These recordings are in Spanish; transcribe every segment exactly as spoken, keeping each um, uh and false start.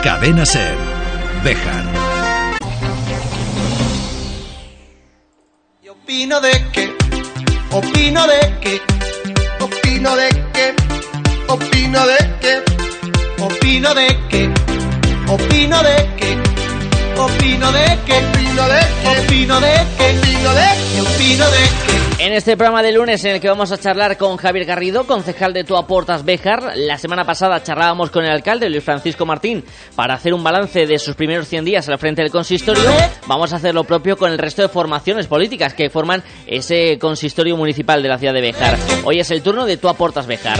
Cadena Ser. Béjar. Y opino de que, opino de que, opino de que, opino de que, opino de que, opino de que, opino de que, opino de que, opino de que, opino de que, opino de que. En este programa de lunes en el que vamos a charlar con Javier Garrido, concejal de Tú Aportas Béjar. La semana pasada charlábamos con el alcalde Luis Francisco Martín para hacer un balance de sus primeros cien días al frente del consistorio. Vamos a hacer lo propio con el resto de formaciones políticas que forman ese consistorio municipal de la ciudad de Béjar. Hoy es el turno de Tú Aportas Béjar.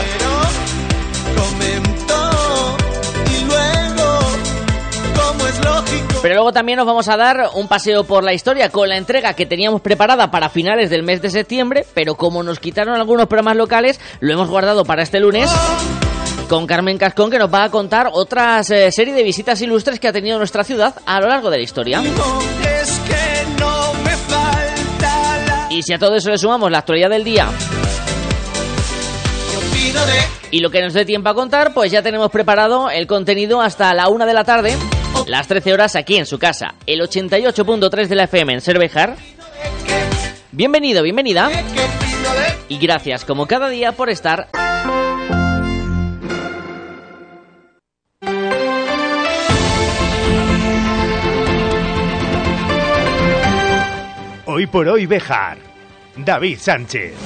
Pero luego también nos vamos a dar un paseo por la historia con la entrega que teníamos preparada para finales del mes de septiembre, pero como nos quitaron algunos programas locales, lo hemos guardado para este lunes con Carmen Cascón, que nos va a contar otra eh, serie de visitas ilustres que ha tenido nuestra ciudad a lo largo de la historia. Y si a todo eso le sumamos la actualidad del día y lo que nos dé tiempo a contar, pues ya tenemos preparado el contenido hasta la una de la tarde, las trece horas, aquí en su casa, el ochenta y ocho punto tres de la F M en Ser Béjar. Bienvenido, bienvenida. Y gracias, como cada día, por estar. Hoy por hoy Béjar. David Sánchez.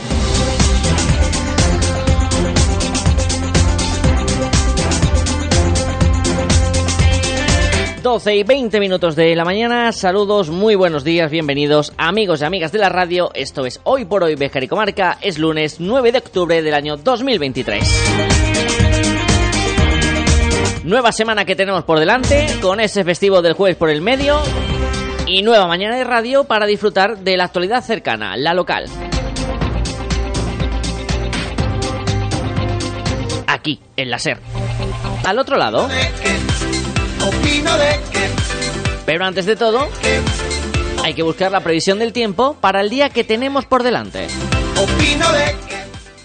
doce y veinte minutos de la mañana, saludos, muy buenos días, bienvenidos amigos y amigas de la radio. Esto es Hoy por Hoy Béjar y Comarca, es lunes nueve de octubre del año dos mil veintitrés. Nueva semana que tenemos por delante, con ese festivo del jueves por el medio, y nueva mañana de radio para disfrutar de la actualidad cercana, la local. Aquí, en la Ser. Al otro lado. Pero antes de todo, hay que buscar la previsión del tiempo para el día que tenemos por delante. Opino de que...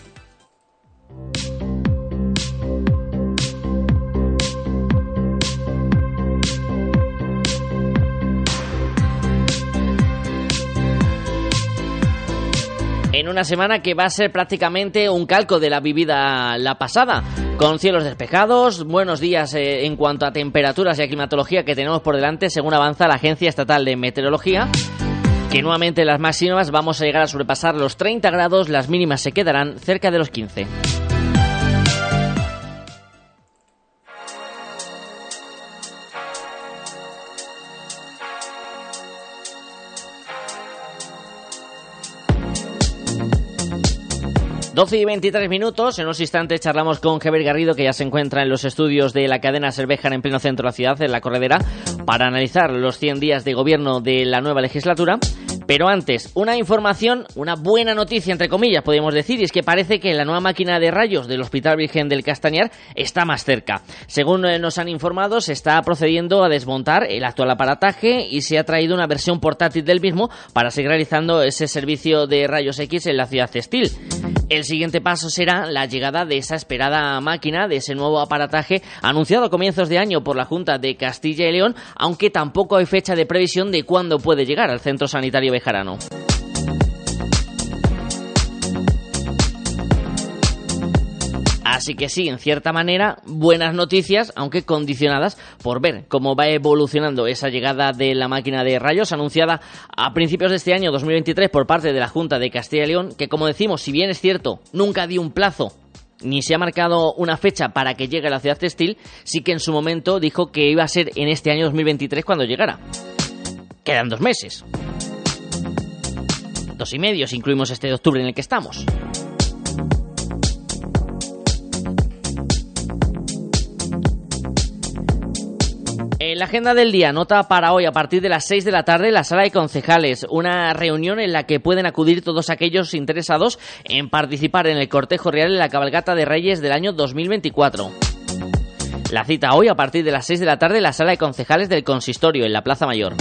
En una semana que va a ser prácticamente un calco de la vivida la pasada, con cielos despejados, buenos días eh, en cuanto a temperaturas y a climatología que tenemos por delante, según avanza la Agencia Estatal de Meteorología, que nuevamente las máximas vamos a llegar a sobrepasar los treinta grados, las mínimas se quedarán cerca de los quince. doce y veintitrés minutos, en unos instantes charlamos con Javier Garrido, que ya se encuentra en los estudios de la cadena Ser Béjar en pleno centro de la ciudad, en La Corredera, para analizar los cien días de gobierno de la nueva legislatura. Pero antes, una información, una buena noticia, entre comillas, podríamos decir, y es que parece que la nueva máquina de rayos del Hospital Virgen del Castañar está más cerca. Según nos han informado, se está procediendo a desmontar el actual aparataje y se ha traído una versión portátil del mismo para seguir realizando ese servicio de rayos X en la ciudad textil. El siguiente paso será la llegada de esa esperada máquina, de ese nuevo aparataje anunciado a comienzos de año por la Junta de Castilla y León, aunque tampoco hay fecha de previsión de cuándo puede llegar al centro sanitario bejarano. Así que sí, en cierta manera, buenas noticias, aunque condicionadas por ver cómo va evolucionando esa llegada de la máquina de rayos anunciada a principios de este año dos mil veintitrés por parte de la Junta de Castilla y León, que, como decimos, si bien es cierto, nunca dio un plazo ni se ha marcado una fecha para que llegue a la ciudad textil, sí que en su momento dijo que iba a ser en este año dos mil veintitrés cuando llegara. Quedan dos meses. Dos y medio si incluimos este de octubre en el que estamos. En la agenda del día, nota para hoy a partir de las seis de la tarde, la sala de concejales, una reunión en la que pueden acudir todos aquellos interesados en participar en el cortejo real en la cabalgata de Reyes del año dos mil veinticuatro. La cita hoy a partir de las seis de la tarde en la sala de concejales del consistorio en la Plaza Mayor.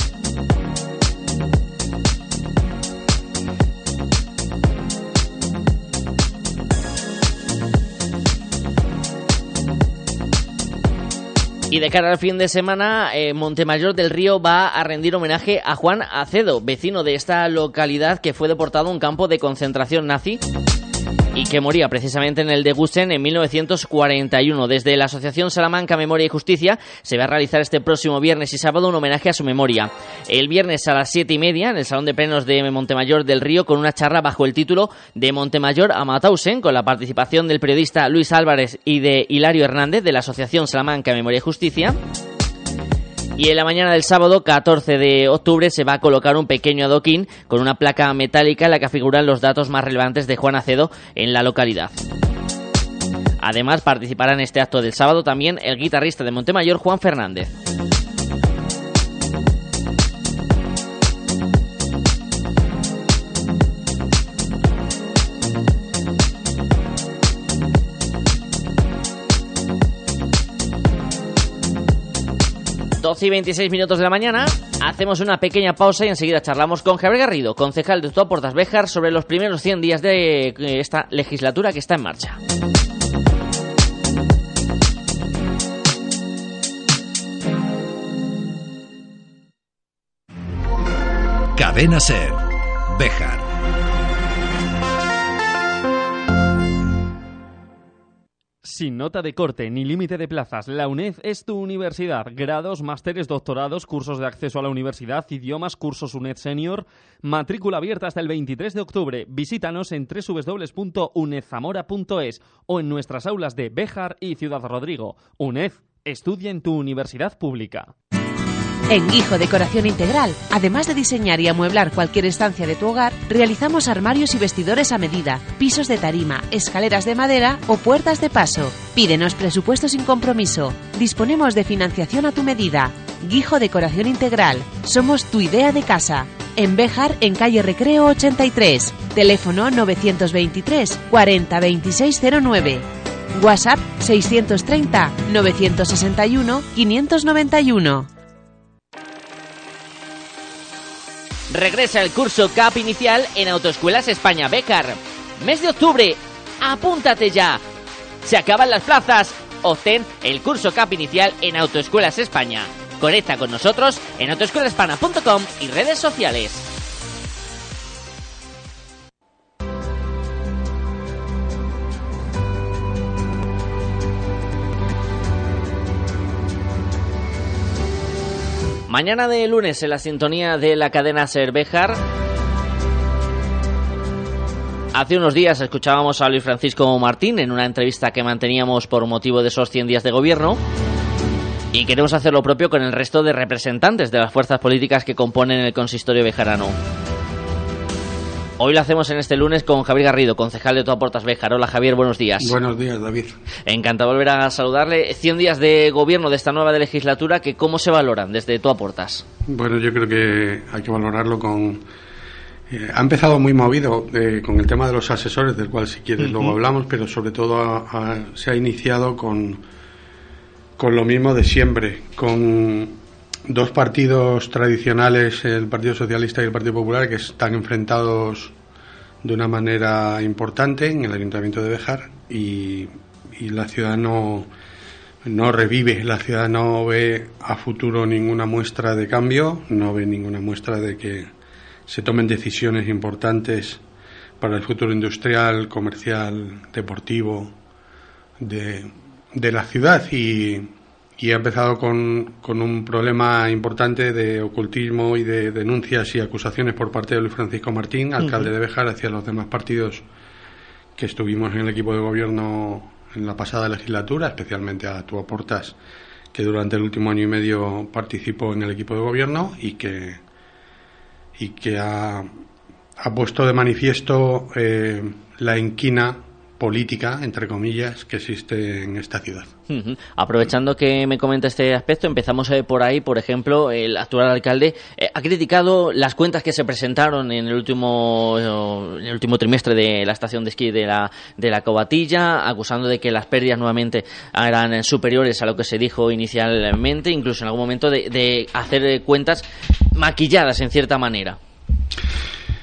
Y de cara al fin de semana, eh, Montemayor del Río va a rendir homenaje a Juan Acedo, vecino de esta localidad que fue deportado a un campo de concentración nazi y que moría precisamente en el de Gusen en mil novecientos cuarenta y uno. Desde la Asociación Salamanca Memoria y Justicia se va a realizar este próximo viernes y sábado un homenaje a su memoria. El viernes a las siete y media en el Salón de Plenos de Montemayor del Río, con una charla bajo el título de Montemayor a Mauthausen, con la participación del periodista Luis Álvarez y de Hilario Hernández de la Asociación Salamanca Memoria y Justicia. Y en la mañana del sábado catorce de octubre se va a colocar un pequeño adoquín con una placa metálica en la que figuran los datos más relevantes de Juan Acedo en la localidad. Además, participará en este acto del sábado también el guitarrista de Montemayor, Juan Fernández. doce y veintiséis minutos de la mañana, hacemos una pequeña pausa y enseguida charlamos con Javier Garrido, concejal de Tuaportas Béjar, sobre los primeros cien días de esta legislatura que está en marcha. Cadena SER, Béjar. Sin nota de corte ni límite de plazas, la UNED es tu universidad. Grados, másteres, doctorados, cursos de acceso a la universidad, idiomas, cursos UNED Senior. Matrícula abierta hasta el veintitrés de octubre. Visítanos en doble u doble u doble u punto unedzamora punto es o en nuestras aulas de Béjar y Ciudad Rodrigo. UNED, estudia en tu universidad pública. En Guijo Decoración Integral, además de diseñar y amueblar cualquier estancia de tu hogar, realizamos armarios y vestidores a medida, pisos de tarima, escaleras de madera o puertas de paso. Pídenos presupuesto sin compromiso. Disponemos de financiación a tu medida. Guijo Decoración Integral. Somos tu idea de casa. En Béjar, en calle Recreo ochenta y tres. Teléfono novecientos veintitrés cuarenta veintiséis cero nueve. WhatsApp seiscientos treinta novecientos sesenta y uno quinientos noventa y uno. Regresa el curso C A P inicial en Autoescuelas España Béjar. Mes de octubre, apúntate ya. Se acaban las plazas. Obtén el curso C A P inicial en Autoescuelas España. Conecta con nosotros en autoescuelahispana punto com y redes sociales. Mañana de lunes en la sintonía de la cadena SER Béjar. Hace unos días escuchábamos a Luis Francisco Martín en una entrevista que manteníamos por motivo de esos cien días de gobierno. Y queremos hacer lo propio con el resto de representantes de las fuerzas políticas que componen el consistorio bejarano. Hoy lo hacemos en este lunes con Javier Garrido, concejal de Tuaportas Béjar. Hola Javier, buenos días. Buenos días, David. Encantado de volver a saludarle. cien días de gobierno de esta nueva legislatura, que ¿cómo se valoran desde Tuaportas? Bueno, yo creo que hay que valorarlo con... Eh, ha empezado muy movido eh, con el tema de los asesores, del cual si quieres uh-huh. luego hablamos, pero sobre todo ha, ha, se ha iniciado con, con lo mismo de siempre, con dos partidos tradicionales, el Partido Socialista y el Partido Popular, que están enfrentados de una manera importante en el Ayuntamiento de Béjar, y, y la ciudad no, no revive, la ciudad no ve a futuro ninguna muestra de cambio, no ve ninguna muestra de que se tomen decisiones importantes para el futuro industrial, comercial, deportivo de, de la ciudad, y Y ha empezado con, con un problema importante de ocultismo y de denuncias y acusaciones por parte de Luis Francisco Martín, alcalde uh-huh. de Béjar, hacia los demás partidos que estuvimos en el equipo de gobierno en la pasada legislatura, especialmente a Tuaportas, que durante el último año y medio participó en el equipo de gobierno y que, y que ha, ha puesto de manifiesto eh, la inquina política, entre comillas, que existe en esta ciudad. Uh-huh. Aprovechando que me comenta este aspecto, empezamos eh, por ahí. Por ejemplo, el actual alcalde eh, ha criticado las cuentas que se presentaron en el último eh, en el último trimestre de la estación de esquí de la de la Covatilla, acusando de que las pérdidas nuevamente eran superiores a lo que se dijo inicialmente, incluso en algún momento de, de hacer cuentas maquilladas en cierta manera.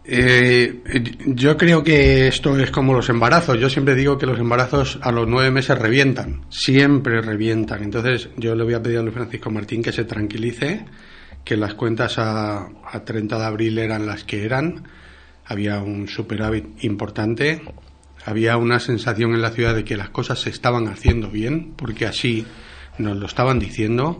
Eh, yo creo que esto es como los embarazos. Yo siempre digo que los embarazos a los nueve meses revientan, siempre revientan. Entonces yo le voy a pedir a Luis Francisco Martín que se tranquilice, que las cuentas a, a treinta de abril eran las que eran, había un superávit importante, había una sensación en la ciudad de que las cosas se estaban haciendo bien, porque así nos lo estaban diciendo.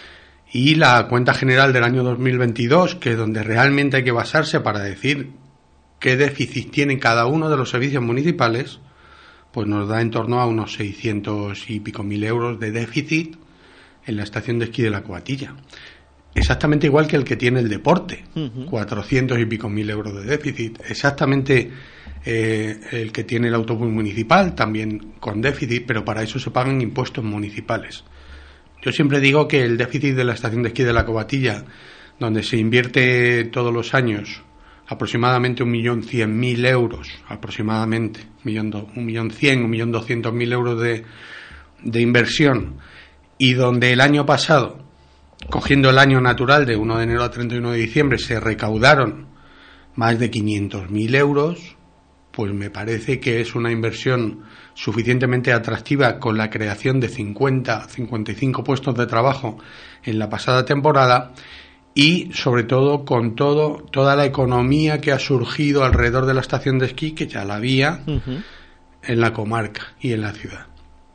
Y la cuenta general del año dos mil veintidós, que es donde realmente hay que basarse para decir qué déficit tiene cada uno de los servicios municipales, pues nos da en torno a unos seiscientos y pico mil euros de déficit en la estación de esquí de la Covatilla. Exactamente igual que el que tiene el deporte, uh-huh. cuatrocientos y pico mil euros de déficit. Exactamente eh, el que tiene el autobús municipal, también con déficit, pero para eso se pagan impuestos municipales. Yo siempre digo que el déficit de la estación de esquí de la Covatilla, donde se invierte todos los años aproximadamente un millón cien mil euros, aproximadamente, un millón, do, un millón cien, un millón doscientos mil euros de, de inversión, y donde el año pasado, cogiendo el año natural de uno de enero a treinta y uno de diciembre, se recaudaron más de quinientos mil euros, pues me parece que es una inversión suficientemente atractiva con la creación de cincuenta, cincuenta y cinco puestos de trabajo en la pasada temporada y sobre todo con todo toda la economía que ha surgido alrededor de la estación de esquí, que ya la había uh-huh. en la comarca y en la ciudad.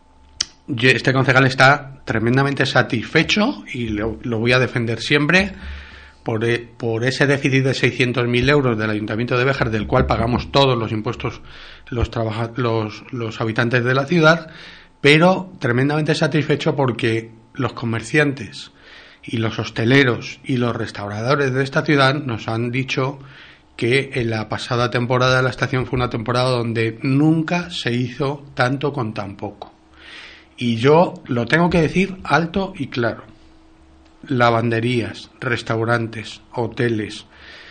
Yo, este concejal está tremendamente satisfecho y lo, lo voy a defender siempre por, por ese déficit de seiscientos mil euros del Ayuntamiento de Béjar, del cual pagamos todos los impuestos los, trabaja, los, los habitantes de la ciudad, pero tremendamente satisfecho porque los comerciantes y los hosteleros y los restauradores de esta ciudad nos han dicho que en la pasada temporada de la estación fue una temporada donde nunca se hizo tanto con tan poco. Y yo lo tengo que decir alto y claro. Lavanderías, restaurantes, hoteles,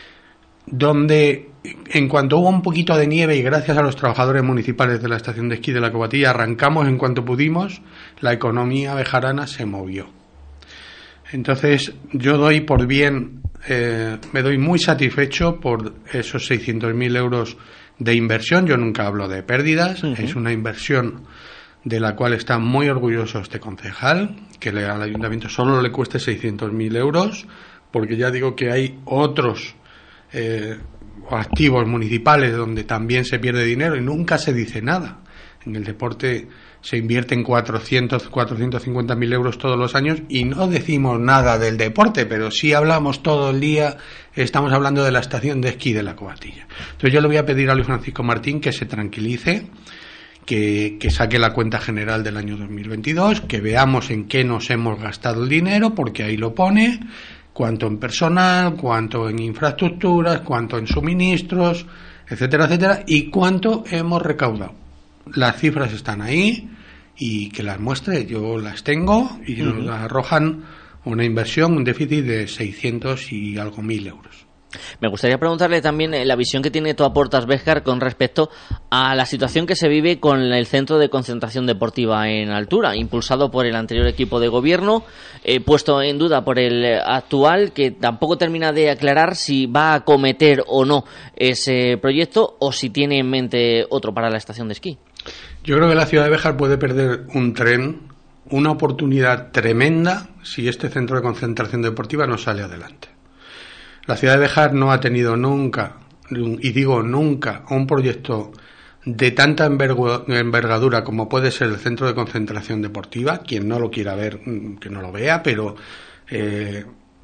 donde en cuanto hubo un poquito de nieve y gracias a los trabajadores municipales de la estación de esquí de la Covatilla arrancamos en cuanto pudimos, la economía bejarana se movió. Entonces yo doy por bien, eh, me doy muy satisfecho por esos seiscientos mil euros de inversión. Yo nunca hablo de pérdidas, uh-huh. es una inversión de la cual está muy orgulloso este concejal, que le, al ayuntamiento solo le cueste seiscientos mil euros, porque ya digo que hay otros eh, activos municipales donde también se pierde dinero y nunca se dice nada. En el deporte se invierten cuatrocientos, cuatrocientos cincuenta mil euros todos los años y no decimos nada del deporte, pero sí hablamos todo el día, estamos hablando de la estación de esquí de la Covatilla. Entonces yo le voy a pedir a Luis Francisco Martín que se tranquilice, Que, que saque la cuenta general del año dos mil veintidós, que veamos en qué nos hemos gastado el dinero, porque ahí lo pone, cuánto en personal, cuánto en infraestructuras, cuánto en suministros, etcétera, etcétera, y cuánto hemos recaudado. Las cifras están ahí y que las muestre, yo las tengo y uh-huh. nos arrojan una inversión, un déficit de seiscientos y algo mil euros. Me gustaría preguntarle también la visión que tiene Toaportas Béjar con respecto a la situación que se vive con el centro de concentración deportiva en altura, impulsado por el anterior equipo de gobierno, eh, puesto en duda por el actual, que tampoco termina de aclarar si va a acometer o no ese proyecto o si tiene en mente otro para la estación de esquí. Yo creo que la ciudad de Béjar puede perder un tren, una oportunidad tremenda, si este centro de concentración deportiva no sale adelante. La ciudad de Béjar no ha tenido nunca, y digo nunca, un proyecto de tanta envergadura como puede ser el centro de concentración deportiva. Quien no lo quiera ver, que no lo vea, pero eh,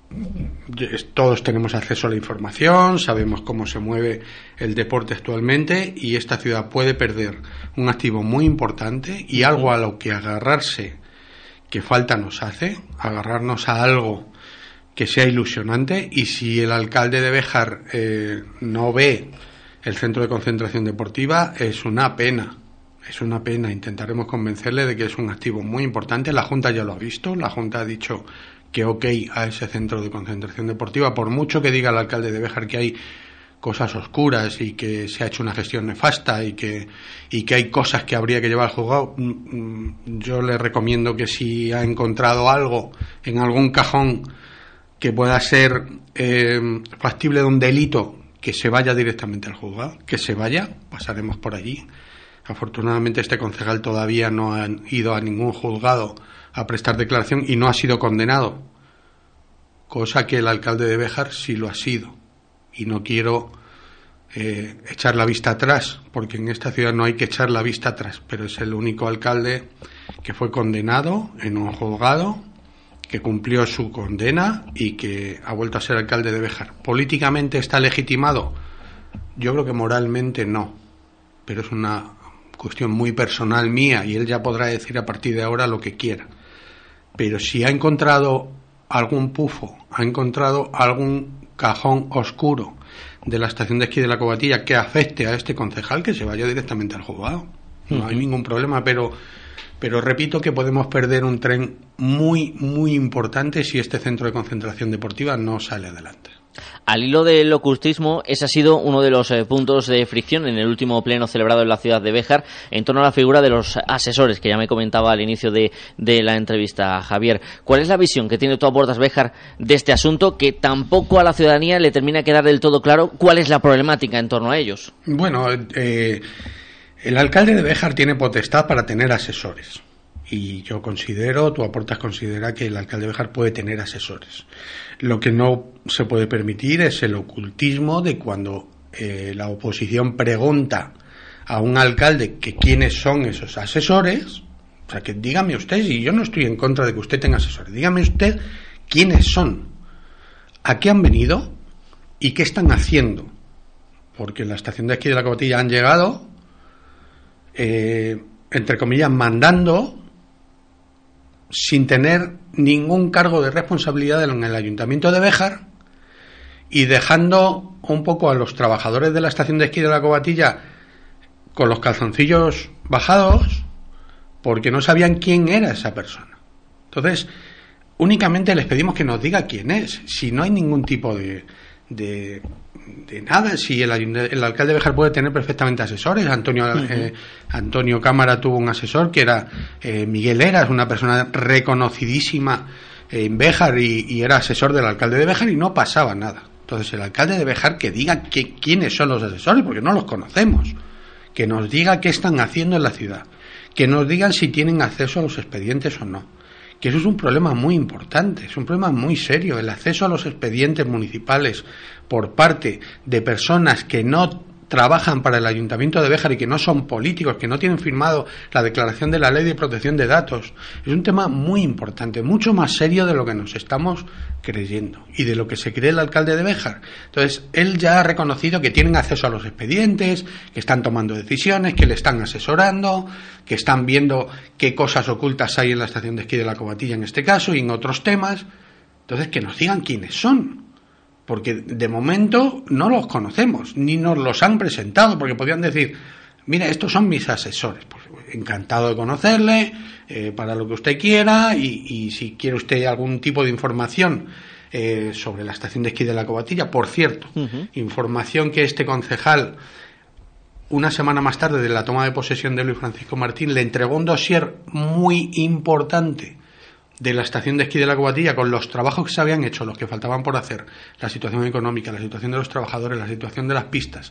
todos tenemos acceso a la información, sabemos cómo se mueve el deporte actualmente y esta ciudad puede perder un activo muy importante y algo a lo que agarrarse, que falta nos hace, agarrarnos a algo que sea ilusionante. Y si el alcalde de Béjar eh, no ve el centro de concentración deportiva, es una pena, es una pena. Intentaremos convencerle de que es un activo muy importante. La Junta ya lo ha visto, la Junta ha dicho que ok a ese centro de concentración deportiva, por mucho que diga el alcalde de Béjar que hay cosas oscuras y que se ha hecho una gestión nefasta y que y que hay cosas que habría que llevar al juzgado. Yo le recomiendo que si ha encontrado algo en algún cajón que pueda ser eh, factible de un delito, que se vaya directamente al juzgado, que se vaya, pasaremos por allí. Afortunadamente este concejal todavía no ha ido a ningún juzgado a prestar declaración y no ha sido condenado, cosa que el alcalde de Béjar sí lo ha sido. Y no quiero eh, echar la vista atrás, porque en esta ciudad no hay que echar la vista atrás, pero es el único alcalde que fue condenado en un juzgado, que cumplió su condena y que ha vuelto a ser alcalde de Béjar. ¿Políticamente está legitimado? Yo creo que moralmente no, pero es una cuestión muy personal mía y él ya podrá decir a partir de ahora lo que quiera. Pero si ha encontrado algún pufo, ha encontrado algún cajón oscuro de la estación de esquí de la Covatilla que afecte a este concejal, que se vaya directamente al juzgado. No uh-huh. hay ningún problema, pero pero repito que podemos perder un tren muy, muy importante si este centro de concentración deportiva no sale adelante. Al hilo del ocultismo, ese ha sido uno de los eh, puntos de fricción en el último pleno celebrado en la ciudad de Béjar en torno a la figura de los asesores, que ya me comentaba al inicio de, de la entrevista, Javier. ¿Cuál es la visión que tiene Tú Aportas Béjar de este asunto, que tampoco a la ciudadanía le termina de quedar del todo claro cuál es la problemática en torno a ellos? Bueno, eh, el alcalde de Béjar tiene potestad para tener asesores. Y yo considero, Tú Aportas considera que el alcalde de Béjar puede tener asesores. Lo que no se puede permitir es el ocultismo de cuando eh, la oposición pregunta a un alcalde que quiénes son esos asesores. O sea, que dígame usted, y yo no estoy en contra de que usted tenga asesores, dígame usted quiénes son, a qué han venido y qué están haciendo. Porque en la estación de esquí de la Covatilla han llegado, eh, entre comillas, mandando, sin tener ningún cargo de responsabilidad en el Ayuntamiento de Béjar y dejando un poco a los trabajadores de la estación de esquí de la Covatilla con los calzoncillos bajados porque no sabían quién era esa persona. Entonces, únicamente les pedimos que nos diga quién es, si no hay ningún tipo de, de, de nada, si el, el alcalde de Béjar puede tener perfectamente asesores. Antonio uh-huh. eh, Antonio Cámara tuvo un asesor que era eh, Miguel Eras, una persona reconocidísima en Béjar y, y era asesor del alcalde de Béjar y no pasaba nada. Entonces el alcalde de Béjar que diga que, quiénes son los asesores, porque no los conocemos, que nos diga qué están haciendo en la ciudad, que nos digan si tienen acceso a los expedientes o no. Que eso es un problema muy importante, es un problema muy serio, el acceso a los expedientes municipales por parte de personas que no trabajan para el Ayuntamiento de Béjar y que no son políticos, que no tienen firmado la declaración de la Ley de Protección de Datos. Es un tema muy importante, mucho más serio de lo que nos estamos creyendo y de lo que se cree el alcalde de Béjar. Entonces, él ya ha reconocido que tienen acceso a los expedientes, que están tomando decisiones, que le están asesorando, que están viendo qué cosas ocultas hay en la estación de esquí de la Covatilla en este caso y en otros temas. Entonces, que nos digan quiénes son. Porque de momento no los conocemos, ni nos los han presentado, porque podrían decir, mira, estos son mis asesores. Pues encantado de conocerle, eh, para lo que usted quiera, y, y si quiere usted algún tipo de información eh, sobre la estación de esquí de la Covatilla, por cierto, uh-huh. información que este concejal, una semana más tarde de la toma de posesión de Luis Francisco Martín, le entregó un dossier muy importante de la estación de esquí de la Covatilla con los trabajos que se habían hecho, los que faltaban por hacer, la situación económica, la situación de los trabajadores, la situación de las pistas,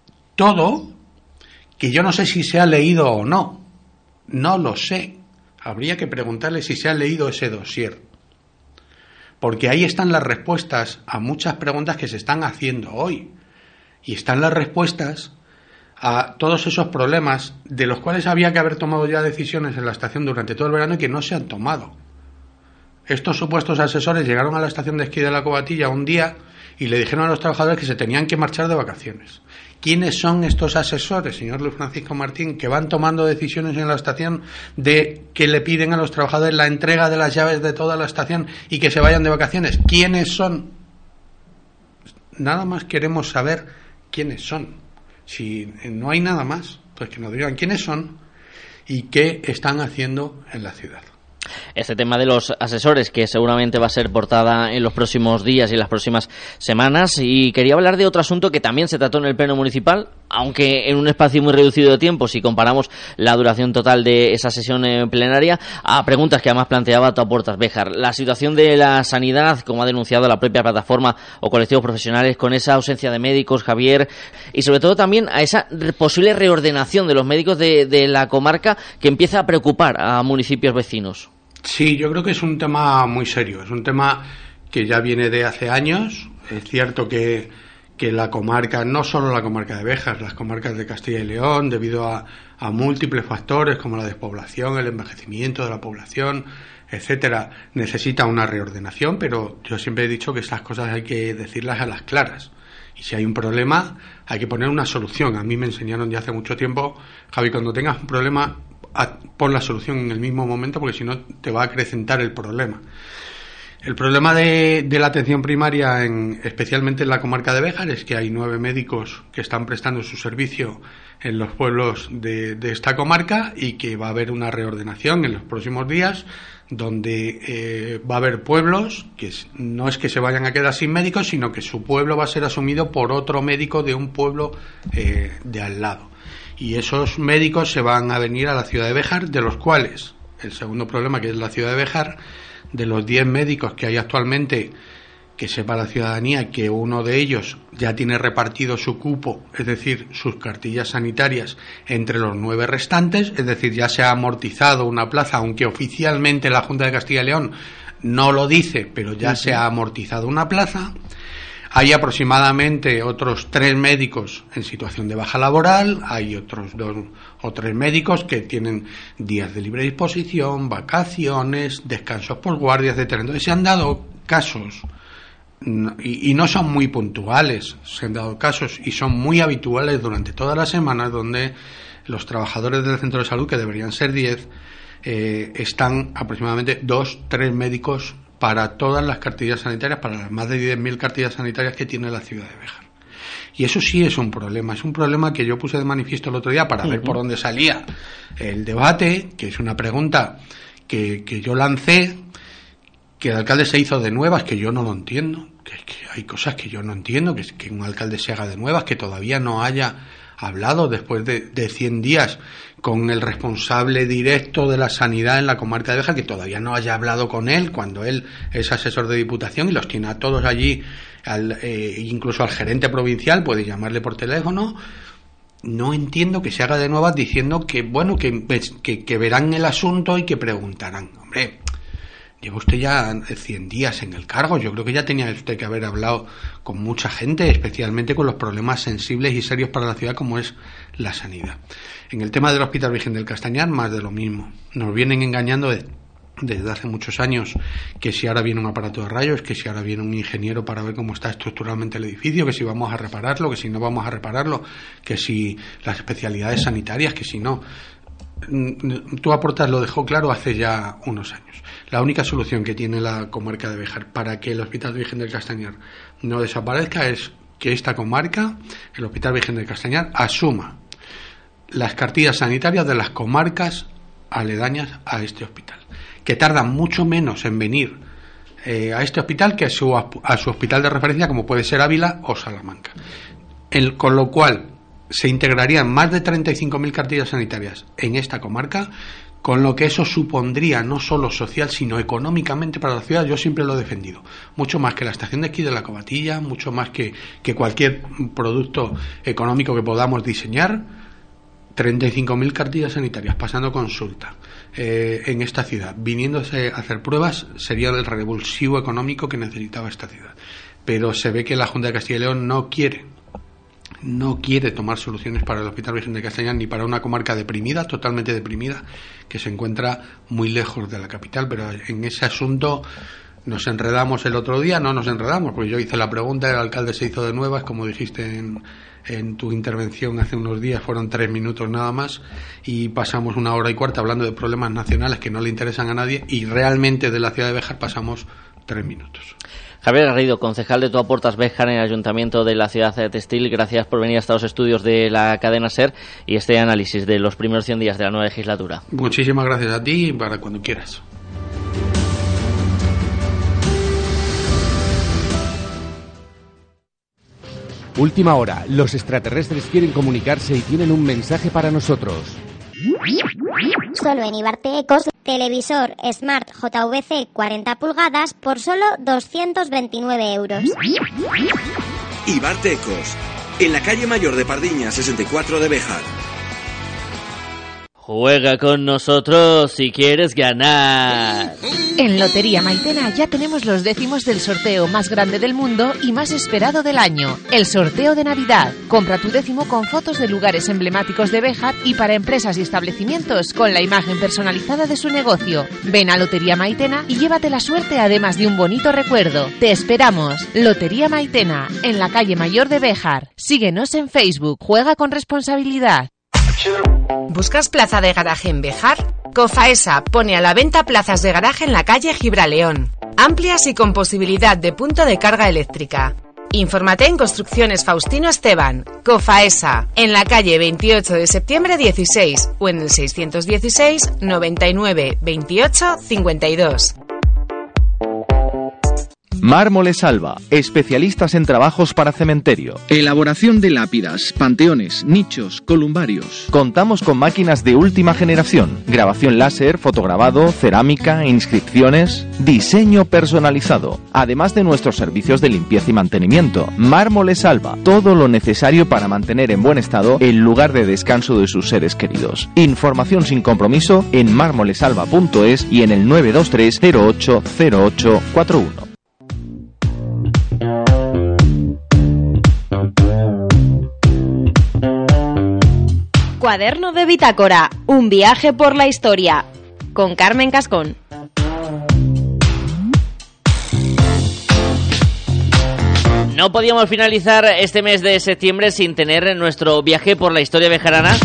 todo que yo no sé si se ha leído o no, no lo sé, habría que preguntarle si se ha leído ese dossier, porque ahí están las respuestas a muchas preguntas que se están haciendo hoy, y están las respuestas a todos esos problemas de los cuales había que haber tomado ya decisiones en la estación durante todo el verano y que no se han tomado. Estos supuestos asesores llegaron a la estación de esquí de la Covatilla un día y le dijeron a los trabajadores que se tenían que marchar de vacaciones. ¿Quiénes son estos asesores, señor Luis Francisco Martín, que van tomando decisiones en la estación de que le piden a los trabajadores la entrega de las llaves de toda la estación y que se vayan de vacaciones? ¿Quiénes son? Nada más queremos saber quiénes son. Si no hay nada más, pues que nos digan quiénes son y qué están haciendo en la ciudad. este tema de los asesores, que seguramente va a ser portada en los próximos días y en las próximas semanas. Y quería hablar de otro asunto que también se trató en el Pleno Municipal, aunque en un espacio muy reducido de tiempo, si comparamos la duración total de esa sesión plenaria, a preguntas que además planteaba Tú aportas, Béjar. La situación de la sanidad, como ha denunciado la propia plataforma o colectivos profesionales, con esa ausencia de médicos, Javier, y sobre todo también a esa posible reordenación de los médicos de, de la comarca, que empieza a preocupar a municipios vecinos. Sí, yo creo que es un tema muy serio, es un tema que ya viene de hace años. Es cierto que, que la comarca, no solo la comarca de Béjar, las comarcas de Castilla y León, debido a, a múltiples factores como la despoblación, el envejecimiento de la población, etcétera, necesita una reordenación, pero yo siempre he dicho que estas cosas hay que decirlas a las claras. Y si hay un problema, hay que poner una solución. A mí me enseñaron ya hace mucho tiempo, Javi, cuando tengas un problema, pon la solución en el mismo momento, porque si no te va a acrecentar el problema. El problema de, de la atención primaria, en, especialmente en la comarca de Béjar, es que hay nueve médicos que están prestando su servicio en los pueblos de, de esta comarca, y que va a haber una reordenación en los próximos días, donde eh, va a haber pueblos que no es que se vayan a quedar sin médicos, sino que su pueblo va a ser asumido por otro médico de un pueblo eh, de al lado. Y esos médicos se van a venir a la ciudad de Béjar, de los cuales, el segundo problema, que es la ciudad de Béjar, de los diez médicos que hay actualmente, que sepa la ciudadanía que uno de ellos ya tiene repartido su cupo, es decir, sus cartillas sanitarias, entre los nueve restantes, es decir, ya se ha amortizado una plaza, aunque oficialmente la Junta de Castilla y León no lo dice, pero ya sí, se ha amortizado una plaza. Hay aproximadamente otros tres médicos en situación de baja laboral, hay otros dos o tres médicos que tienen días de libre disposición, vacaciones, descansos por guardia, etcétera. Entonces se han dado casos, y, y no son muy puntuales, se han dado casos y son muy habituales durante todas las semanas, donde los trabajadores del centro de salud, que deberían ser diez, eh, están aproximadamente dos, tres médicos para todas las cartillas sanitarias, para las más de diez mil cartillas sanitarias que tiene la ciudad de Béjar. Y eso sí es un problema, es un problema que yo puse de manifiesto el otro día para uh-huh. ver por dónde salía el debate, que es una pregunta que, que yo lancé, que el alcalde se hizo de nuevas, que yo no lo entiendo, que, que hay cosas que yo no entiendo, que, que un alcalde se haga de nuevas, que todavía no haya hablado después de, de cien días con el responsable directo de la sanidad en la comarca de Béjar, que todavía no haya hablado con él cuando él es asesor de diputación y los tiene a todos allí, al, eh, incluso al gerente provincial puede llamarle por teléfono. No entiendo que se haga de nuevas diciendo que bueno que, que, que verán el asunto y que preguntarán. Hombre, lleva usted ya cien días en el cargo, yo creo que ya tenía usted que haber hablado con mucha gente, especialmente con los problemas sensibles y serios para la ciudad como es la sanidad. En el tema del Hospital Virgen del Castañar, más de lo mismo. Nos vienen engañando de, desde hace muchos años, que si ahora viene un aparato de rayos, que si ahora viene un ingeniero para ver cómo está estructuralmente el edificio, que si vamos a repararlo, que si no vamos a repararlo, que si las especialidades sanitarias, que si no. Tú aportas, lo dejó claro hace ya unos años. La única solución que tiene la comarca de Béjar para que el Hospital Virgen del Castañar no desaparezca es que esta comarca, el Hospital Virgen del Castañar, asuma las cartillas sanitarias de las comarcas aledañas a este hospital, que tardan mucho menos en venir eh, a este hospital que a su, a su hospital de referencia, como puede ser Ávila o Salamanca. El, con lo cual se integrarían más de treinta y cinco mil cartillas sanitarias en esta comarca, con lo que eso supondría no solo social sino económicamente para la ciudad. Yo siempre lo he defendido, mucho más que la estación de esquí de la Covatilla, mucho más que, que cualquier producto económico que podamos diseñar. Treinta y cinco mil cartillas sanitarias pasando consulta eh, en esta ciudad, viniéndose a hacer pruebas, sería el revulsivo económico que necesitaba esta ciudad. Pero se ve que la Junta de Castilla y León no quiere no quiere tomar soluciones para el Hospital Virgen de Castañar, ni para una comarca deprimida, totalmente deprimida, que se encuentra muy lejos de la capital. Pero en ese asunto nos enredamos el otro día, no nos enredamos, porque yo hice la pregunta, el alcalde se hizo de nuevas, como dijiste en, en tu intervención hace unos días, fueron tres minutos nada más, y pasamos una hora y cuarta hablando de problemas nacionales que no le interesan a nadie, y realmente de la ciudad de Béjar pasamos tres minutos. Javier Garrido, concejal de Tú aportas Béjar en el Ayuntamiento de la ciudad de Textil, gracias por venir hasta los estudios de la cadena SER y este análisis de los primeros cien días de la nueva legislatura. Muchísimas gracias a ti y para cuando quieras. Última hora, los extraterrestres quieren comunicarse y tienen un mensaje para nosotros. Solo en Ibarte Ecos, televisor Smart J V C cuarenta pulgadas por solo doscientos veintinueve euros. Ibarte Ecos, en la calle Mayor de Pardiña sesenta y cuatro de Béjar. Juega con nosotros si quieres ganar. En Lotería Maitena ya tenemos los décimos del sorteo más grande del mundo y más esperado del año, el sorteo de Navidad. Compra tu décimo con fotos de lugares emblemáticos de Béjar y para empresas y establecimientos con la imagen personalizada de su negocio. Ven a Lotería Maitena y llévate la suerte además de un bonito recuerdo. Te esperamos. Lotería Maitena, en la calle Mayor de Béjar. Síguenos en Facebook. Juega con responsabilidad. ¿Buscas plaza de garaje en Béjar? Cofaesa pone a la venta plazas de garaje en la calle Gibraleón, amplias y con posibilidad de punto de carga eléctrica. Infórmate en Construcciones Faustino Esteban, Cofaesa, en la calle veintiocho de septiembre dieciséis o en el seiscientos dieciséis noventa y nueve veintiocho cincuenta y dos. Mármoles Alba, especialistas en trabajos para cementerio. Elaboración de lápidas, panteones, nichos, columbarios. Contamos con máquinas de última generación, grabación láser, fotograbado, cerámica, inscripciones, diseño personalizado, además de nuestros servicios de limpieza y mantenimiento. Mármoles Alba, todo lo necesario para mantener en buen estado el lugar de descanso de sus seres queridos. Información sin compromiso en mármolesalba punto es y en el nueve dos tres cero ocho cero ocho cuatro uno. Cuaderno de bitácora, un viaje por la historia, con Carmen Cascón. No podíamos finalizar este mes de septiembre sin tener nuestro viaje por la historia bejarana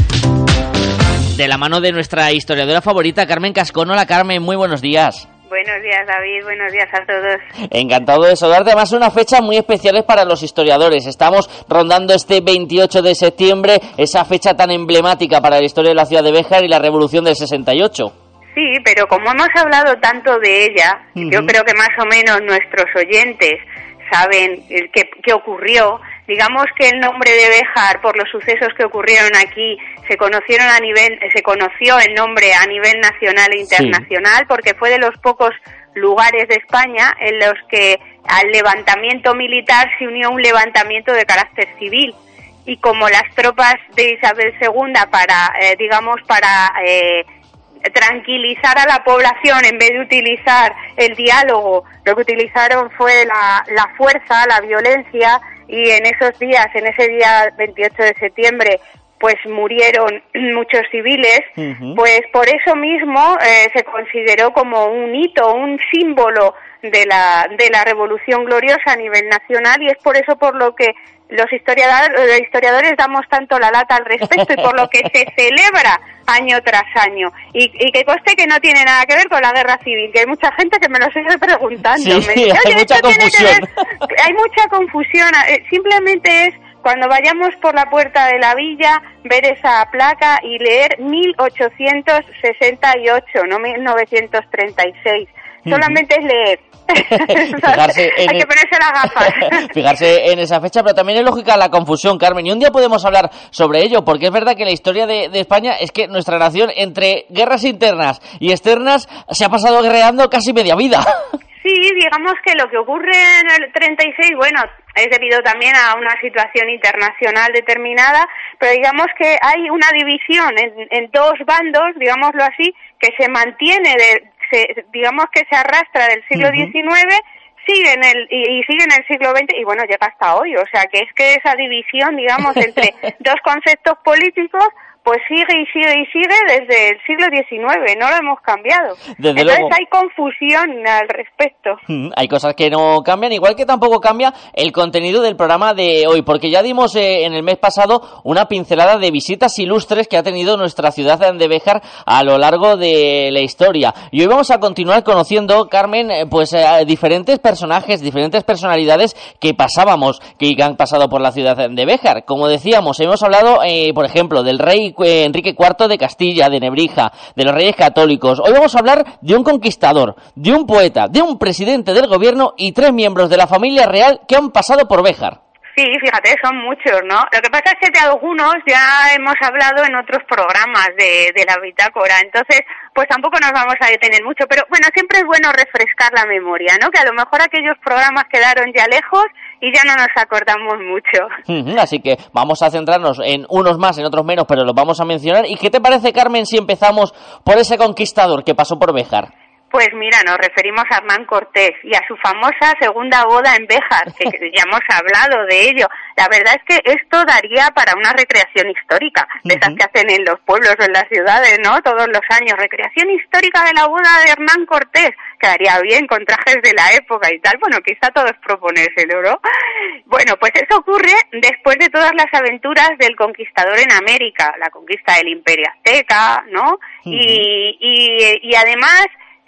de la mano de nuestra historiadora favorita, Carmen Cascón. Hola Carmen, muy buenos días. Buenos días, David. Buenos días a todos. Encantado de saludarte. Además, una fecha muy especial para los historiadores. Estamos rondando este veintiocho de septiembre, esa fecha tan emblemática para la historia de la ciudad de Béjar y la Revolución del sesenta y ocho. Sí, pero como hemos hablado tanto de ella, uh-huh. yo creo que más o menos nuestros oyentes saben qué, qué ocurrió. Digamos que el nombre de Béjar, por los sucesos que ocurrieron aquí, se conocieron a nivel, se conoció el nombre a nivel nacional e internacional, sí. porque fue de los pocos lugares de España en los que al levantamiento militar se unió un levantamiento de carácter civil. Y como las tropas de Isabel segunda, para, eh, digamos, para eh, tranquilizar a la población en vez de utilizar el diálogo, lo que utilizaron fue la, la fuerza, la violencia. Y en esos días, en ese día veintiocho de septiembre, pues murieron muchos civiles, uh-huh. pues por eso mismo eh, se consideró como un hito, un símbolo de la de la Revolución Gloriosa a nivel nacional, y es por eso por lo que los historiadores, los historiadores damos tanto la lata al respecto y por lo que se celebra año tras año. Y, y que conste que no tiene nada que ver con la guerra civil, que hay mucha gente que me lo sigue preguntando. Sí, me dice, hay mucha confusión. Ver... Hay mucha confusión. Simplemente es cuando vayamos por la puerta de la villa, ver esa placa y leer mil ochocientos sesenta y ocho, no mil novecientos treinta y seis. Solamente es leer. Fijarse en Hay que ponerse las gafas. Fijarse en esa fecha, pero también es lógica la confusión, Carmen. Y un día podemos hablar sobre ello, porque es verdad que la historia de, de España es que nuestra nación, entre guerras internas y externas, se ha pasado guerreando casi media vida. Sí, digamos que lo que ocurre en el treinta y seis, bueno, es debido también a una situación internacional determinada, pero digamos que hay una división en, en dos bandos, digámoslo así, que se mantiene, de, se, digamos que se arrastra del siglo diecinueve, uh-huh. sigue en el y, y sigue en el siglo veinte y bueno, llega hasta hoy, o sea que es que esa división, digamos, entre dos conceptos políticos, pues sigue y sigue y sigue desde el siglo diecinueve, no lo hemos cambiado. Desde Entonces luego. Hay confusión al respecto. Mm, hay cosas que no cambian, igual que tampoco cambia el contenido del programa de hoy, porque ya dimos eh, en el mes pasado una pincelada de visitas ilustres que ha tenido nuestra ciudad de Béjar a lo largo de la historia. Y hoy vamos a continuar conociendo, Carmen, eh, pues eh, diferentes personajes, diferentes personalidades que pasábamos, que han pasado por la ciudad de Béjar. Como decíamos, hemos hablado, eh, por ejemplo, del rey Enrique cuarto de Castilla, de Nebrija, de los Reyes Católicos. Hoy vamos a hablar de un conquistador, de un poeta, de un presidente del gobierno y tres miembros de la familia real que han pasado por Béjar. Sí, fíjate, son muchos, ¿no? Lo que pasa es que de algunos ya hemos hablado en otros programas de, de la bitácora, entonces pues tampoco nos vamos a detener mucho, pero bueno, siempre es bueno refrescar la memoria, ¿no? Que a lo mejor aquellos programas quedaron ya lejos y ya no nos acordamos mucho. Así que vamos a centrarnos en unos más, en otros menos, pero los vamos a mencionar. ¿Y qué te parece, Carmen, si empezamos por ese conquistador que pasó por Béjar? Pues mira, nos referimos a Hernán Cortés y a su famosa segunda boda en Béjar, que ya hemos hablado de ello. La verdad es que esto daría para una recreación histórica, de esas que hacen en los pueblos o en las ciudades, ¿no? Todos los años, recreación histórica de la boda de Hernán Cortés, quedaría bien con trajes de la época y tal. Bueno, quizá todo es proponérselo, ¿no? Bueno, pues eso ocurre después de todas las aventuras del conquistador en América, la conquista del Imperio Azteca, ¿no? Uh-huh. y, y, y además...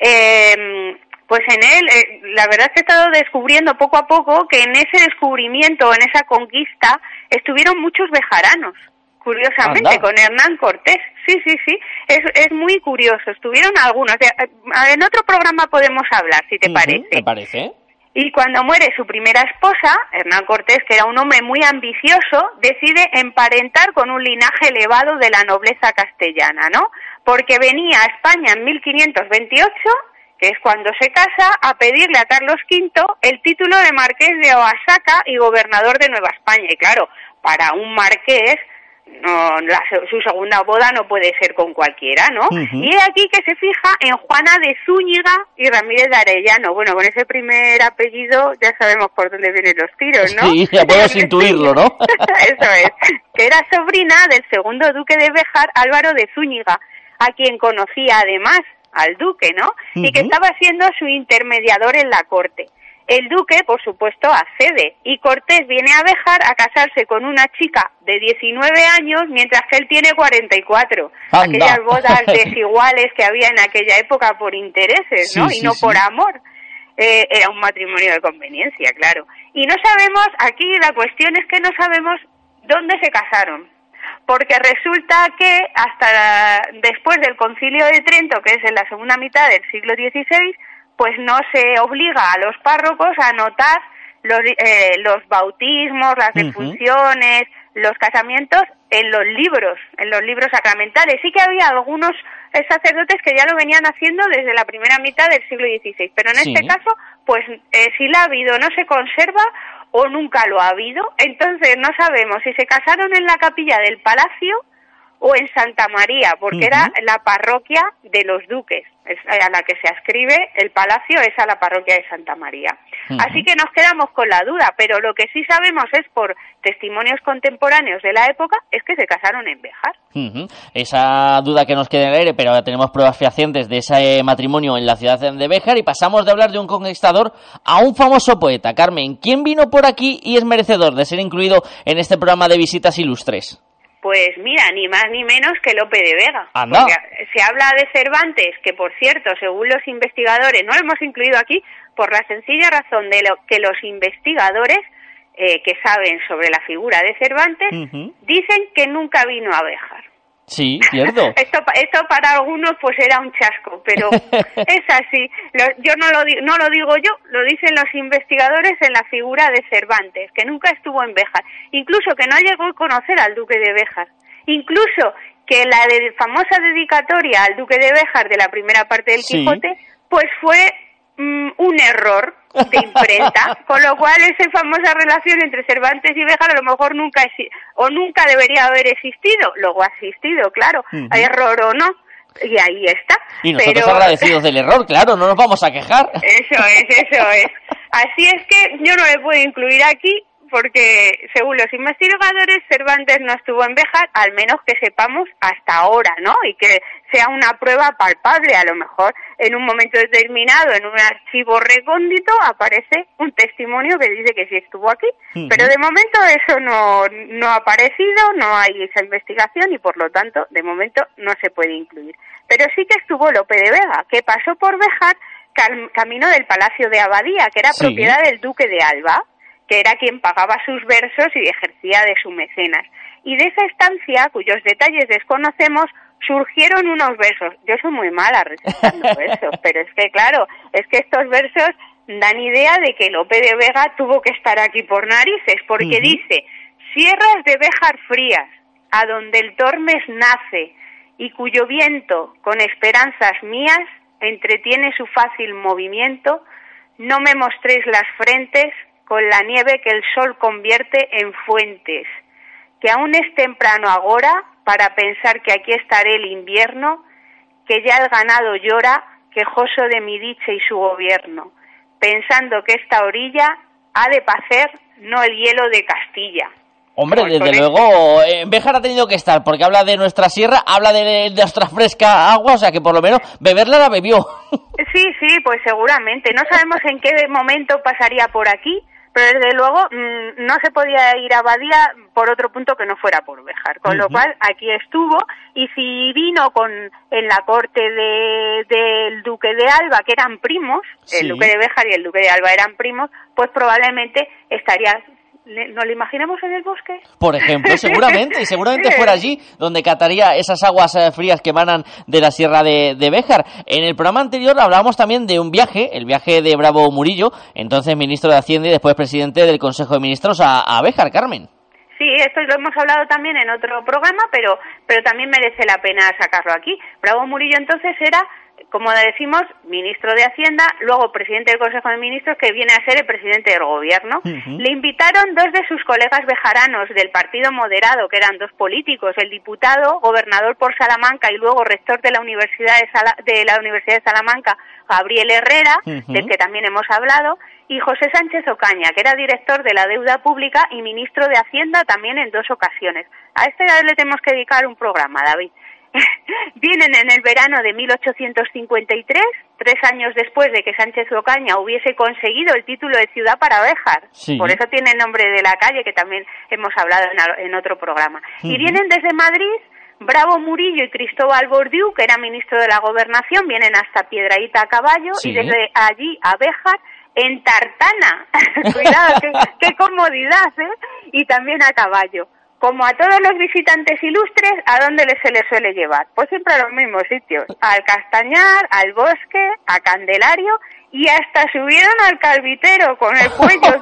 Eh, pues en él, eh, la verdad es que he estado descubriendo poco a poco que en ese descubrimiento, en esa conquista, estuvieron muchos bejaranos, curiosamente, Anda. con Hernán Cortés. Sí, sí, sí, es, es muy curioso, estuvieron algunos. En otro programa podemos hablar, si te uh-huh, parece. ¿Me parece? Y cuando muere su primera esposa, Hernán Cortés, que era un hombre muy ambicioso, decide emparentar con un linaje elevado de la nobleza castellana, ¿no? Porque venía a España en mil quinientos veintiocho, que es cuando se casa, a pedirle a Carlos quinto el título de marqués de Oaxaca y gobernador de Nueva España. Y claro, para un marqués, no, la, su segunda boda no puede ser con cualquiera, ¿no? Uh-huh. Y es aquí que se fija en Juana de Zúñiga y Ramírez de Arellano. Bueno, con ese primer apellido ya sabemos por dónde vienen los tiros, ¿no? Sí, ya podemos intuirlo, ¿no? Eso es, que era sobrina del segundo duque de Béjar, Álvaro de Zúñiga, a quien conocía además al duque, ¿no? Uh-huh. Y que estaba siendo su intermediador en la corte. El duque, por supuesto, accede y Cortés viene a Béjar a casarse con una chica de diecinueve años mientras que él tiene cuarenta y cuatro. Anda. Aquellas bodas desiguales que había en aquella época por intereses, ¿no? Sí, y sí, no sí. por amor. Eh, era un matrimonio de conveniencia, claro. Y no sabemos, aquí la cuestión es que no sabemos dónde se casaron. Porque resulta que hasta la, después del Concilio de Trento, que es en la segunda mitad del siglo dieciséis, pues no se obliga a los párrocos a anotar los, eh, los bautismos, las defunciones, uh-huh. los casamientos en los libros, en los libros sacramentales. Sí que había algunos sacerdotes que ya lo venían haciendo desde la primera mitad del siglo dieciséis, pero en sí. este caso, pues eh, si la ha habido no se conserva o nunca lo ha habido, entonces no sabemos si se casaron en la capilla del palacio o en Santa María, porque uh-huh. era la parroquia de los duques, es a la que se ascribe el palacio, es a la parroquia de Santa María. Uh-huh. Así que nos quedamos con la duda, pero lo que sí sabemos es por testimonios contemporáneos de la época, es que se casaron en Béjar. Uh-huh. Esa duda que nos queda en el aire, pero ahora tenemos pruebas fehacientes de ese matrimonio en la ciudad de Béjar, y pasamos de hablar de un conquistador a un famoso poeta. Carmen, ¿quién vino por aquí y es merecedor de ser incluido en este programa de visitas ilustres? Pues mira, ni más ni menos que Lope de Vega. Anda. Porque se habla de Cervantes, que por cierto, según los investigadores, no lo hemos incluido aquí, por la sencilla razón de lo que los investigadores eh, que saben sobre la figura de Cervantes, uh-huh. dicen que nunca vino a Béjar. Sí, cierto. esto, esto para algunos pues era un chasco, pero es así. Lo, yo no lo, no lo digo yo, lo dicen los investigadores en la figura de Cervantes, que nunca estuvo en Béjar, incluso que no llegó a conocer al duque de Béjar, incluso que la de, famosa dedicatoria al duque de Béjar de la primera parte del sí. Quijote, pues fue mm, un error de imprenta, con lo cual esa famosa relación entre Cervantes y Béjar a lo mejor nunca exi- o nunca debería haber existido, luego ha existido, claro, uh-huh. error o no, y ahí está. Y nosotros pero... agradecidos del error, claro, no nos vamos a quejar. Eso es, eso es. Así es que yo no le puedo incluir aquí, porque según los investigadores Cervantes no estuvo en Béjar, al menos que sepamos hasta ahora, ¿no? Y que sea una prueba palpable, a lo mejor en un momento determinado, en un archivo recóndito, aparece un testimonio que dice que sí estuvo aquí, uh-huh. pero de momento eso no, no ha aparecido, no hay esa investigación y por lo tanto, de momento no se puede incluir. Pero sí que estuvo Lope de Vega, que pasó por Béjar cam- camino del Palacio de Abadía, que era sí. propiedad del duque de Alba, que era quien pagaba sus versos y ejercía de su mecenas. Y de esa estancia, cuyos detalles desconocemos, surgieron unos versos. Yo soy muy mala recitando versos, pero es que claro, es que estos versos dan idea de que Lope de Vega tuvo que estar aquí por narices, porque uh-huh. dice, sierras de Béjar frías, a donde el Tormes nace, y cuyo viento, con esperanzas mías, entretiene su fácil movimiento, no me mostréis las frentes con la nieve que el sol convierte en fuentes, que aún es temprano agora para pensar que aquí estaré el invierno, que ya el ganado llora, quejoso de mi dicha y su gobierno, pensando que esta orilla ha de pacer no el hielo de Castilla. Hombre, pues desde luego, eh, Béjar ha tenido que estar, porque habla de nuestra sierra, habla de, de nuestra fresca agua, o sea que por lo menos beberla la bebió. Sí, sí, pues seguramente. No sabemos en qué momento pasaría por aquí, pero desde luego mmm, no se podía ir a Badía por otro punto que no fuera por Béjar, con uh-huh. lo cual aquí estuvo, y si vino con en la corte de del duque de Alba, que eran primos, sí. el duque de Béjar y el duque de Alba eran primos, pues probablemente estaría... ¿Nos lo imaginamos en el bosque? Por ejemplo, seguramente, y seguramente fuera allí donde cataría esas aguas eh, frías que emanan de la sierra de, de Béjar. En el programa anterior hablábamos también de un viaje, el viaje de Bravo Murillo, entonces ministro de Hacienda y después presidente del Consejo de Ministros a, a Béjar, Carmen. Sí, esto lo hemos hablado también en otro programa, pero, pero también merece la pena sacarlo aquí. Bravo Murillo entonces era, como decimos, ministro de Hacienda, luego presidente del Consejo de Ministros, que viene a ser el presidente del gobierno. Uh-huh. Le invitaron dos de sus colegas bejaranos del Partido Moderado, que eran dos políticos, el diputado, gobernador por Salamanca y luego rector de la Universidad de, Sala, de, la Universidad de Salamanca, Gabriel Herrera, uh-huh. del que también hemos hablado, y José Sánchez Ocaña, que era director de la Deuda Pública y ministro de Hacienda también en dos ocasiones. A este ya le tenemos que dedicar un programa, David. Vienen en el verano de mil ochocientos cincuenta y tres, tres años después de que Sánchez Ocaña hubiese conseguido el título de ciudad para Béjar. Sí. Por eso tiene el nombre de la calle, que también hemos hablado en, en otro programa. Uh-huh. Y vienen desde Madrid Bravo Murillo y Cristóbal Bordiú, que era ministro de la Gobernación, vienen hasta Piedrahíta a caballo, sí. y desde allí a Béjar en tartana. Cuidado, qué, qué comodidad, ¿eh? Y también a caballo. Como a todos los visitantes ilustres, ¿a dónde se les suele llevar? Pues siempre a los mismos sitios, al Castañar, al Bosque, a Candelario, y hasta subieron al Calvitero con el cuello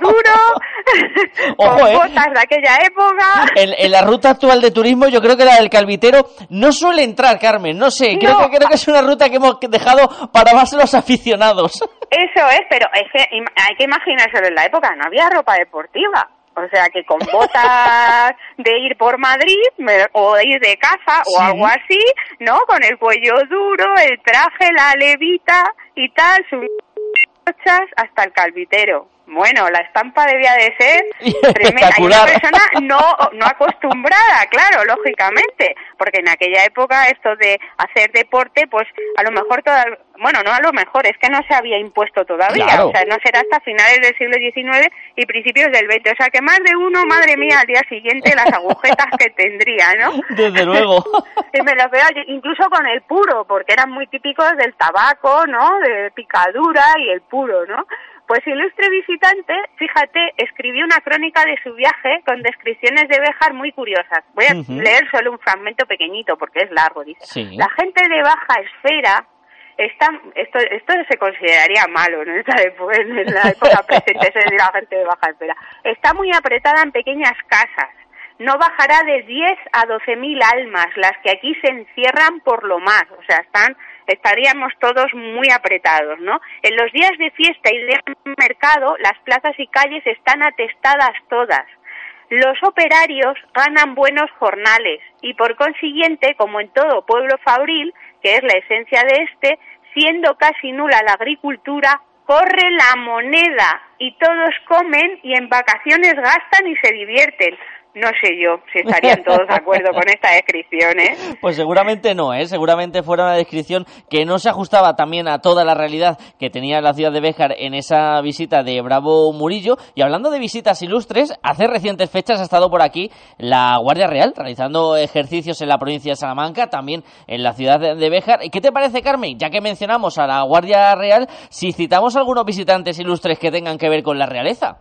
duro, Ojo, con botas eh. de aquella época. En, en la ruta actual de turismo, yo creo que la del Calvitero no suele entrar, Carmen, no sé, creo, no. que, creo que es una ruta que hemos dejado para más los aficionados. Eso es, pero es que hay que imaginárselo en la época, no había ropa deportiva. O sea, que con botas de ir por Madrid o de ir de caza o sí. algo así, ¿no? Con el cuello duro, el traje, la levita y tal, sus bochas hasta el Calvitero. Bueno, la estampa debía de ser tremenda. Y una persona no, no acostumbrada, claro, lógicamente, porque en aquella época esto de hacer deporte, pues a lo mejor toda, bueno, no a lo mejor, es que no se había impuesto todavía, claro. O sea, no será hasta finales del siglo diecinueve y principios del veinte, o sea que más de uno, madre mía, al día siguiente las agujetas que tendría, ¿no? Desde luego. Y me lo veo incluso con el puro, porque eran muy típicos del tabaco, ¿no? De picadura y el puro, ¿no? Pues ilustre visitante, fíjate, escribió una crónica de su viaje con descripciones de Béjar muy curiosas. Voy a uh-huh. leer solo un fragmento pequeñito porque es largo, dice. Sí. La gente de baja esfera está, esto esto se consideraría malo, ¿no? En esta época, en la época presente, es decir, la gente de baja esfera. Está muy apretada en pequeñas casas. No bajará de diez a doce mil almas las que aquí se encierran por lo más, o sea, están estaríamos todos muy apretados, ¿no? En los días de fiesta y de mercado, las plazas y calles están atestadas todas. Los operarios ganan buenos jornales y por consiguiente, como en todo pueblo fabril, que es la esencia de este, siendo casi nula la agricultura, corre la moneda y todos comen y en vacaciones gastan y se divierten. No sé yo si estarían todos de acuerdo con esta descripción, ¿eh? Pues seguramente no, ¿eh? Seguramente fuera una descripción que no se ajustaba también a toda la realidad que tenía la ciudad de Béjar en esa visita de Bravo Murillo. Y hablando de visitas ilustres, hace recientes fechas ha estado por aquí la Guardia Real, realizando ejercicios en la provincia de Salamanca, también en la ciudad de Béjar. ¿Qué te parece, Carmen? Ya que mencionamos a la Guardia Real, si citamos algunos visitantes ilustres que tengan que ver con la realeza.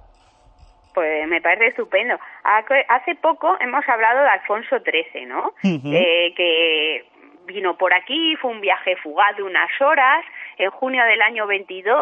Pues me parece estupendo. Hace poco hemos hablado de Alfonso trece, ¿no? Uh-huh. Eh, que vino por aquí, fue un viaje fugaz de unas horas, en junio del año veintidós,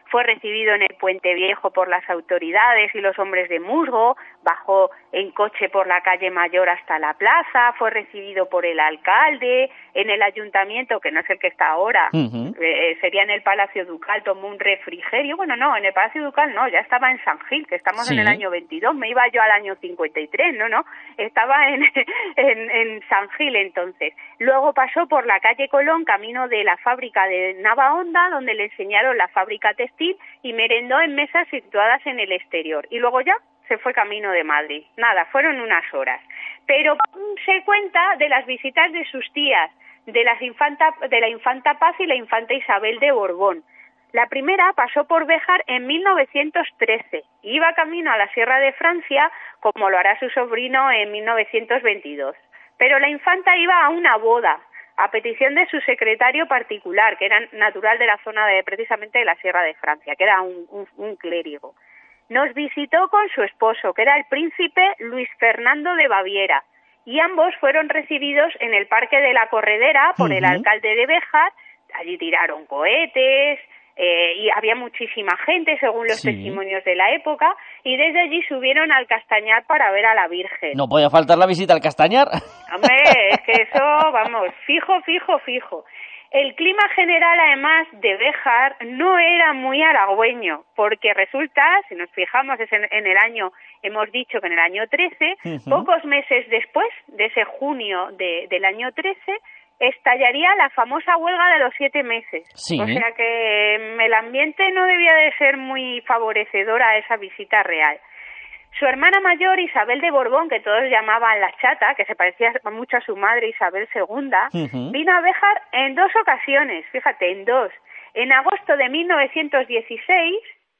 fue recibido en el Puente Viejo por las autoridades y los hombres de musgo, bajó en coche por la calle Mayor hasta la plaza, fue recibido por el alcalde, en el ayuntamiento, que no es el que está ahora, uh-huh. eh, sería en el Palacio Ducal, tomó un refrigerio, bueno, no, en el Palacio Ducal no, ya estaba en San Gil, que estamos sí. en el año veintidós, me iba yo al año cincuenta y tres, no, no, estaba en, en, en San Gil entonces. Luego pasó por la calle Colón, camino de la fábrica de Navahonda, donde le enseñaron la fábrica textil y merendó en mesas situadas en el exterior. Y luego ya se fue camino de Madrid. Nada, fueron unas horas. Pero se cuenta de las visitas de sus tías, de, las infanta, de la infanta Paz y la infanta Isabel de Borbón. La primera pasó por Béjar en mil novecientos trece. Iba camino a la Sierra de Francia, como lo hará su sobrino en mil novecientos veintidós. Pero la infanta iba a una boda, a petición de su secretario particular, que era natural de la zona de precisamente de la Sierra de Francia, que era un, un, un clérigo. Nos visitó con su esposo, que era el príncipe Luis Fernando de Baviera, y ambos fueron recibidos en el Parque de la Corredera por uh-huh. el alcalde de Béjar. Allí tiraron cohetes, eh, y había muchísima gente, según los sí. testimonios de la época, y desde allí subieron al Castañar para ver a la Virgen. No podía faltar la visita al Castañar. Hombre, es que eso, vamos, fijo, fijo, fijo. El clima general, además, de Béjar no era muy halagüeño, porque resulta, si nos fijamos, es en, en el año, hemos dicho que en el año trece, uh-huh. pocos meses después de ese junio de, del año trece, estallaría la famosa huelga de los siete meses. Sí. O sea que el ambiente no debía de ser muy favorecedor a esa visita real. Su hermana mayor, Isabel de Borbón, que todos llamaban la Chata, que se parecía mucho a su madre Isabel segunda, uh-huh. vino a Béjar en dos ocasiones, fíjate, en dos. En agosto de mil novecientos dieciséis,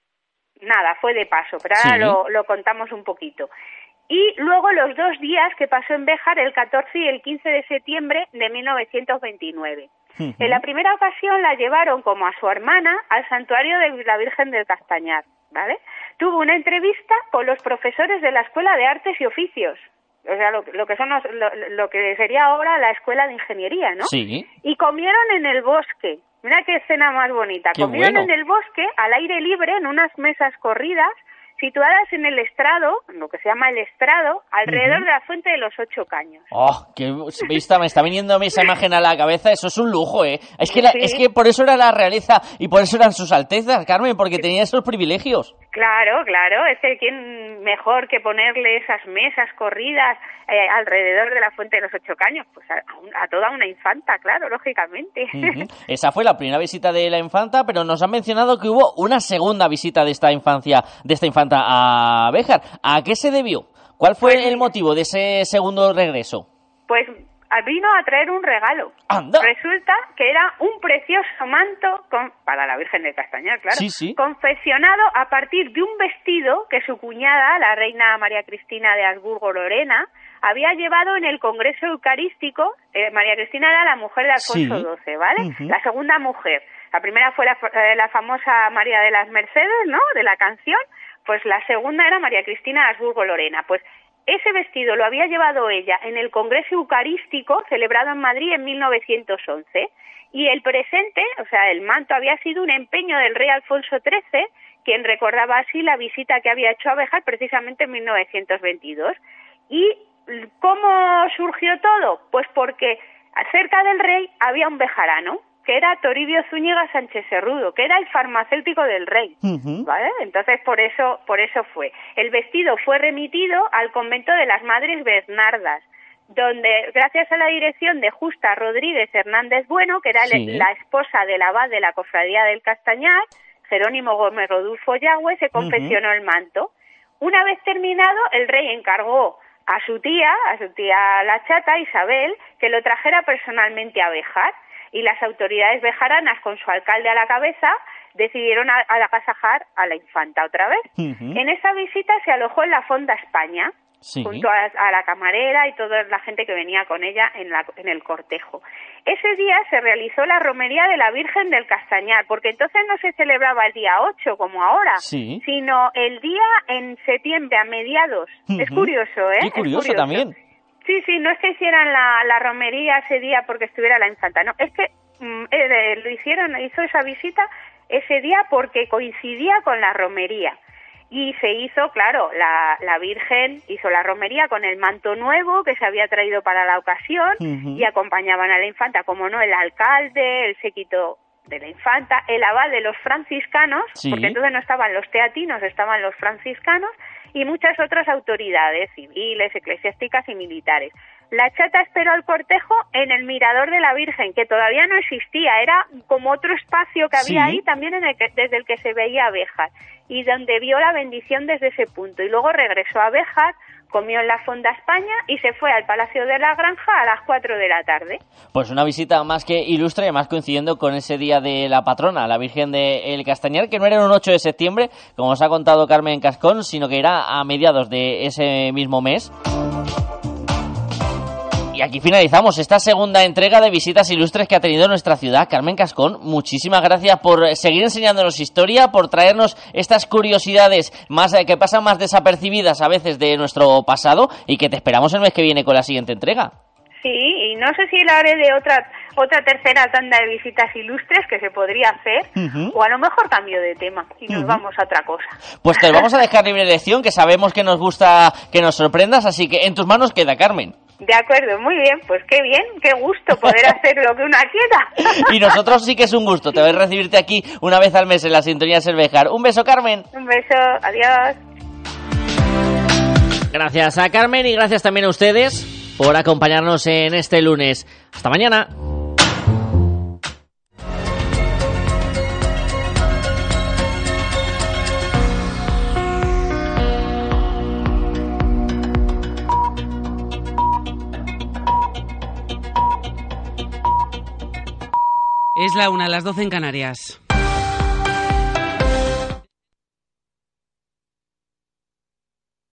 nada, fue de paso, pero ahora sí. lo, lo contamos un poquito. Y luego los dos días que pasó en Béjar, el catorce y el quince de septiembre de mil novecientos veintinueve. Uh-huh. En la primera ocasión la llevaron, como a su hermana, al santuario de la Virgen del Castañar, ¿vale? Tuvo una entrevista con los profesores de la Escuela de Artes y Oficios, o sea, lo, lo que son los, lo, lo que sería ahora la Escuela de Ingeniería, ¿no? Sí. Y comieron en el bosque. Mira qué escena más bonita. Qué comieron bueno. en el bosque, al aire libre, en unas mesas corridas, situadas en el estrado, lo que se llama el estrado, alrededor uh-huh. de la Fuente de los Ocho Caños. ¡Oh, qué vista! Me está viniendo esa imagen a la cabeza. Eso es un lujo, ¿eh? Es que, la, sí. es que por eso era la realeza y por eso eran sus altezas, Carmen, porque sí. tenía esos privilegios. Claro, claro. Es que quién mejor que ponerle esas mesas corridas eh, alrededor de la Fuente de los Ocho Caños, pues a, a toda una infanta, claro, lógicamente. Uh-huh. Esa fue la primera visita de la infanta, pero nos han mencionado que hubo una segunda visita de esta infancia, de esta infanta a Béjar. ¿A qué se debió? ¿Cuál fue pues, el motivo de ese segundo regreso? Pues vino a traer un regalo. ¡Anda! Resulta que era un precioso manto con, para la Virgen del Castañar, claro, sí, sí. confeccionado a partir de un vestido que su cuñada, la reina María Cristina de Habsburgo-Lorena, había llevado en el Congreso Eucarístico. eh, María Cristina era la mujer de Alfonso sí. doce, ¿vale? Uh-huh. La segunda mujer. La primera fue la, eh, la famosa María de las Mercedes, ¿no?, de la canción. Pues la segunda era María Cristina de Habsburgo-Lorena. Pues ese vestido lo había llevado ella en el Congreso Eucarístico celebrado en Madrid en mil novecientos once. Y el presente, o sea, el manto, había sido un empeño del rey Alfonso trece, quien recordaba así la visita que había hecho a Béjar precisamente en mil novecientos veintidós. ¿Y cómo surgió todo? Pues porque cerca del rey había un bejarano, que era Toribio Zúñiga Sánchez Cerrudo, que era el farmacéutico del rey, uh-huh. ¿vale? Entonces por eso, por eso fue. El vestido fue remitido al convento de las Madres Bernardas, donde, gracias a la dirección de Justa Rodríguez Hernández Bueno, que era sí. la esposa del abad de la Cofradía del Castañar, Jerónimo Gómez Rodulfo Yagüe, se confeccionó uh-huh. el manto. Una vez terminado, el rey encargó a su tía, a su tía la Chata, Isabel, que lo trajera personalmente a Béjar, y las autoridades bejaranas, con su alcalde a la cabeza, decidieron agasajar a la infanta otra vez. Uh-huh. En esa visita se alojó en la Fonda España, sí. junto a, a la camarera y toda la gente que venía con ella en, la, en el cortejo. Ese día se realizó la romería de la Virgen del Castañar, porque entonces no se celebraba el día ocho como ahora, sí. sino el día en septiembre, a mediados. Uh-huh. Es curioso, ¿eh? Qué curioso, curioso también. Sí, sí, no es que hicieran la, la romería ese día porque estuviera la infanta, no, es que mm, eh, lo hicieron, hizo esa visita ese día porque coincidía con la romería. Y se hizo, claro, la, la Virgen hizo la romería con el manto nuevo que se había traído para la ocasión, uh-huh. y acompañaban a la infanta, como no, el alcalde, el séquito de la infanta, el abad de los franciscanos, sí. porque entonces no estaban los teatinos, estaban los franciscanos, y muchas otras autoridades civiles, eclesiásticas y militares. La chata esperó al cortejo en el mirador de la Virgen, que todavía no existía, era como otro espacio que había sí. ahí también en el que, desde el que se veía Béjar, y donde vio la bendición desde ese punto, y luego regresó a Béjar, comió en la Fonda España y se fue al Palacio de la Granja a las cuatro de la tarde. Pues una visita más que ilustre, además coincidiendo con ese día de la patrona, la Virgen de El Castañar, que no era un ocho de septiembre, como os ha contado Carmen Cascón, sino que era a mediados de ese mismo mes. Y aquí finalizamos esta segunda entrega de visitas ilustres que ha tenido nuestra ciudad. Carmen Cascón, muchísimas gracias por seguir enseñándonos historia, por traernos estas curiosidades más que pasan más desapercibidas a veces de nuestro pasado, y que te esperamos el mes que viene con la siguiente entrega. Sí, y no sé si la haré de otra otra tercera tanda de visitas ilustres que se podría hacer, uh-huh. o a lo mejor cambio de tema y nos uh-huh. vamos a otra cosa. Pues te vamos a dejar libre elección, que sabemos que nos gusta que nos sorprendas, así que en tus manos queda, Carmen. De acuerdo, muy bien, pues qué bien, qué gusto poder hacer lo que una quiera. Y nosotros sí que es un gusto, te voy a recibirte aquí una vez al mes en la sintonía Ser Béjar. Un beso, Carmen. Un beso, adiós. Gracias a Carmen y gracias también a ustedes por acompañarnos en este lunes. Hasta mañana. Es la una, las doce en Canarias.